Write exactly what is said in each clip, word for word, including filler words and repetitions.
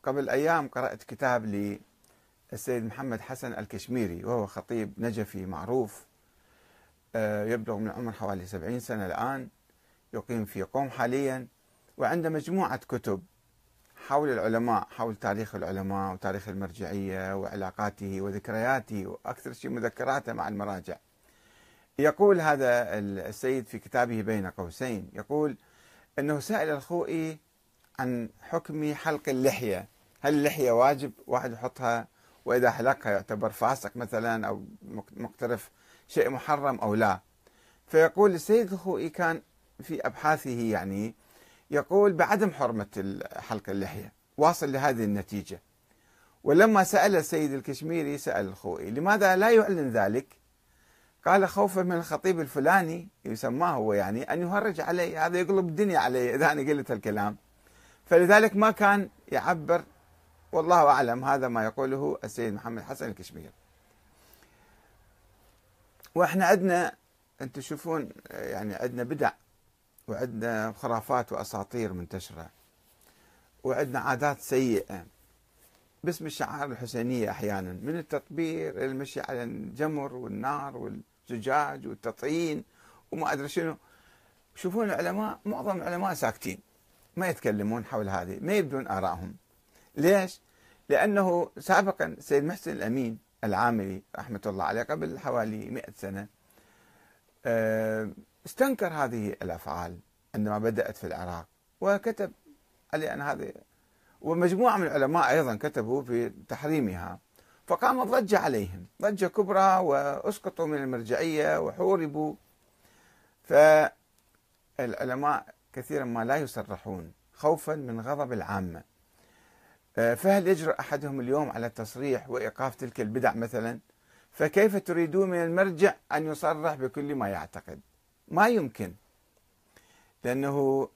قبل أيام قرأت كتاب للسيد محمد حسن الكشميري، وهو خطيب نجفي معروف، يبلغ من العمر حوالي سبعين سنة الآن، يقيم في قم حاليا، وعنده مجموعة كتب حول العلماء، حول تاريخ العلماء وتاريخ المرجعية وعلاقاته وذكرياته، وأكثر شيء مذكراته مع المراجع. يقول هذا السيد في كتابه بين قوسين، يقول أنه سأل الخوئي عن حكم حلق اللحية، هل اللحية واجب واحد يحطها، وإذا حلقها يعتبر فاسق مثلا أو مقترف شيء محرم أو لا؟ فيقول السيد الخوئي كان في أبحاثه يعني يقول بعدم حرمة حلق اللحية، واصل لهذه النتيجة. ولما سأل السيد الكشميري سأل الخوئي لماذا لا يعلن ذلك؟ قال خوفا من الخطيب الفلاني يسماه هو يعني أن يهرج علي، هذا يقلب الدنيا علي إذا أنا قلت الكلام، فلذلك ما كان يعبر. والله أعلم، هذا ما يقوله السيد محمد حسن الكشميري. وإحنا عندنا، أنتم تشوفون يعني عندنا بدع وعندنا خرافات وأساطير منتشرة، وعندنا عادات سيئة باسم الشعائر الحسينية، أحيانا من التطبير إلى المشي على الجمر والنار والزجاج والتطعين وما أدري شنو. شوفون العلماء، معظم العلماء ساكتين، ما يتكلمون حول هذه، ما يبدون آرائهم. ليش؟ لأنه سابقا السيد محسن الأمين العاملي رحمة الله عليه قبل حوالي مئة سنة استنكر هذه الأفعال عندما بدأت في العراق، وكتب عليه أن هذه، ومجموعة من العلماء أيضا كتبوا في تحريمها، فقامت ضجة عليهم، ضجة كبرى، وأسقطوا من المرجعية وحوربوا. فالعلماء كثيرا ما لا يصرحون خوفا من غضب العامة. فهل يجرؤ أحدهم اليوم على التصريح وإيقاف تلك البدع مثلا؟ فكيف تريدون من المرجع أن يصرح بكل ما يعتقد؟ ما يمكن، لأنه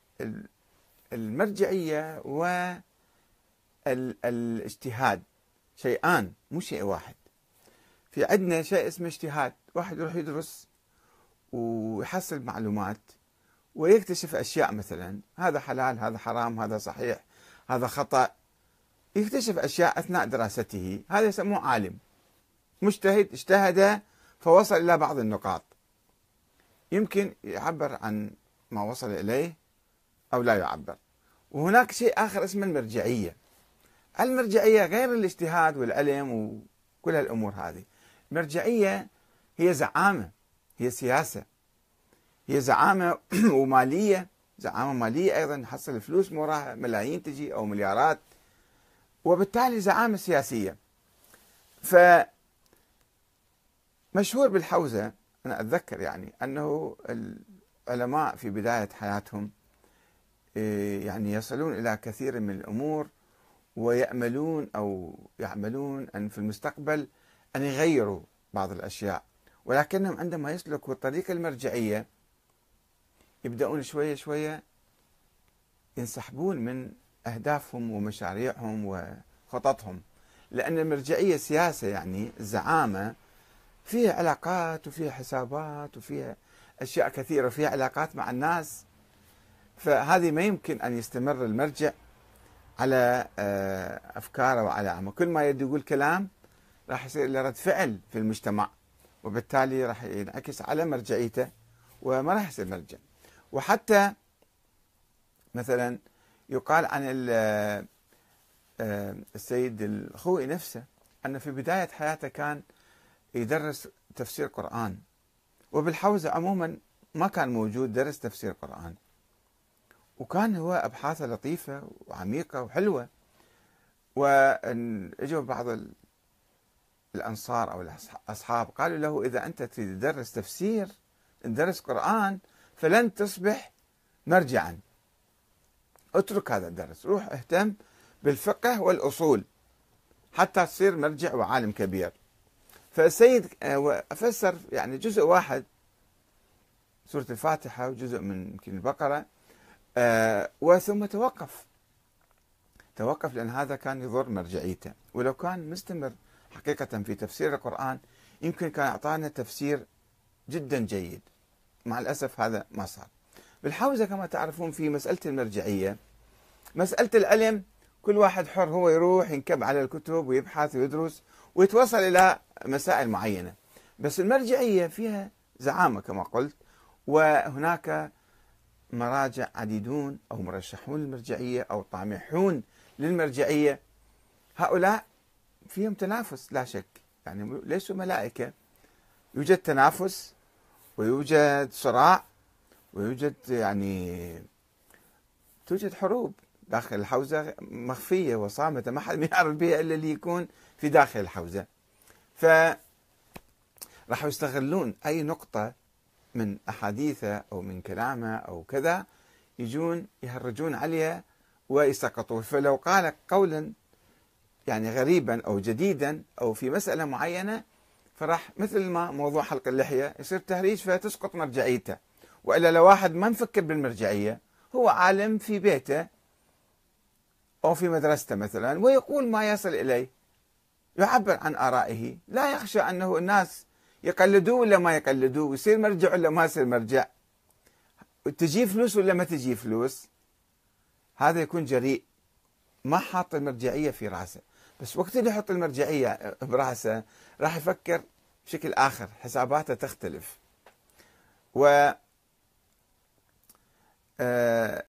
المرجعية والاجتهاد شيئان مو شيء واحد. في عندنا شيء اسمه اجتهاد، واحد يروح يدرس ويحصل معلومات ويكتشف أشياء، مثلا هذا حلال، هذا حرام، هذا صحيح، هذا خطأ، يكتشف أشياء أثناء دراسته، هذا يسموه عالم مجتهد، اجتهد فوصل إلى بعض النقاط، يمكن يعبر عن ما وصل إليه أو لا يعبر. وهناك شيء آخر اسمه المرجعية. المرجعية غير الاجتهاد والعلم وكل هالأمور هذه. المرجعية هي زعامة، هي سياسة، هي زعامة ومالية، زعامة مالية أيضا، نحصل فلوس موراها ملايين تجي أو مليارات، وبالتالي زعامة سياسية. فمشهور بالحوزة، أنا أتذكر يعني أنه العلماء في بداية حياتهم يعني يصلون إلى كثير من الأمور، ويأملون أو يعملون أن في المستقبل أن يغيروا بعض الأشياء، ولكنهم عندما يسلكوا طريق المرجعية يبدأون شوية شوية ينسحبون من أهدافهم ومشاريعهم وخططهم، لأن المرجعية سياسة، يعني الزعامة فيها علاقات وفيها حسابات وفيها أشياء كثيرة وفيها علاقات مع الناس. فهذه ما يمكن أن يستمر المرجع على أفكاره وعلى عمله، كل ما يد يقول كلام راح يصير له رد فعل في المجتمع، وبالتالي راح ينعكس على مرجعيته وما راح يصير مرجع. وحتى مثلا يقال عن السيد الخوئي نفسه أنه في بداية حياته كان يدرس تفسير قرآن، وبالحوزة عموما ما كان موجود درس تفسير قرآن، وكان هو أبحاثه لطيفة وعميقة وحلوة. وإجوا بعض الأنصار أو الأصحاب قالوا له إذا أنت تريد تدرس تفسير تدرس قرآن فلن تصبح مرجعا، اترك هذا الدرس، روح اهتم بالفقه والأصول حتى تصير مرجع وعالم كبير. فالسيد فسر يعني جزء واحد سورة الفاتحة وجزء من يمكن البقرة، آه وثم توقف توقف لأن هذا كان يضر مرجعيته. ولو كان مستمر حقيقة في تفسير القرآن يمكن كان أعطانا تفسير جدا جيد. مع الأسف هذا ما صار. بالحوزة كما تعرفون في مسألة المرجعية، مسألة العلم كل واحد حر، هو يروح ينكب على الكتب ويبحث ويدرس ويتوصل إلى مسائل معينة. بس المرجعية فيها زعامة كما قلت، وهناك مراجع عديدون أو مرشحون للمرجعية أو طامحون للمرجعية، هؤلاء فيهم تنافس لا شك، يعني ليسوا ملائكة، يوجد تنافس ويوجد صراع ويوجد يعني توجد حروب داخل الحوزة مخفية وصامتة ما حد يعرف بها إلا اللي يكون في داخل الحوزة. فراح يستغلون أي نقطة من أحاديثه أو من كلامه أو كذا، يجون يهرجون عليها ويسقطون. فلو قال قولا يعني غريبا أو جديدا أو في مسألة معينة، فراح مثل ما موضوع حلق اللحية يصير تهريج فتسقط مرجعيته. وإلا لو واحد ما مفكر بالمرجعية، هو عالم في بيته أو في مدرسته مثلا ويقول ما يصل إليه، يعبر عن آرائه، لا يخشى أنه الناس يقلدوه ولا ما يقلدوه، ويصير مرجع ولا ما يصير مرجع، تجي فلوس ولا ما تجي فلوس، هذا يكون جريء، ما حاط المرجعية في رأسه. بس وقت اللي يحط المرجعية برأسه راح يفكر بشكل آخر، حساباته تختلف. و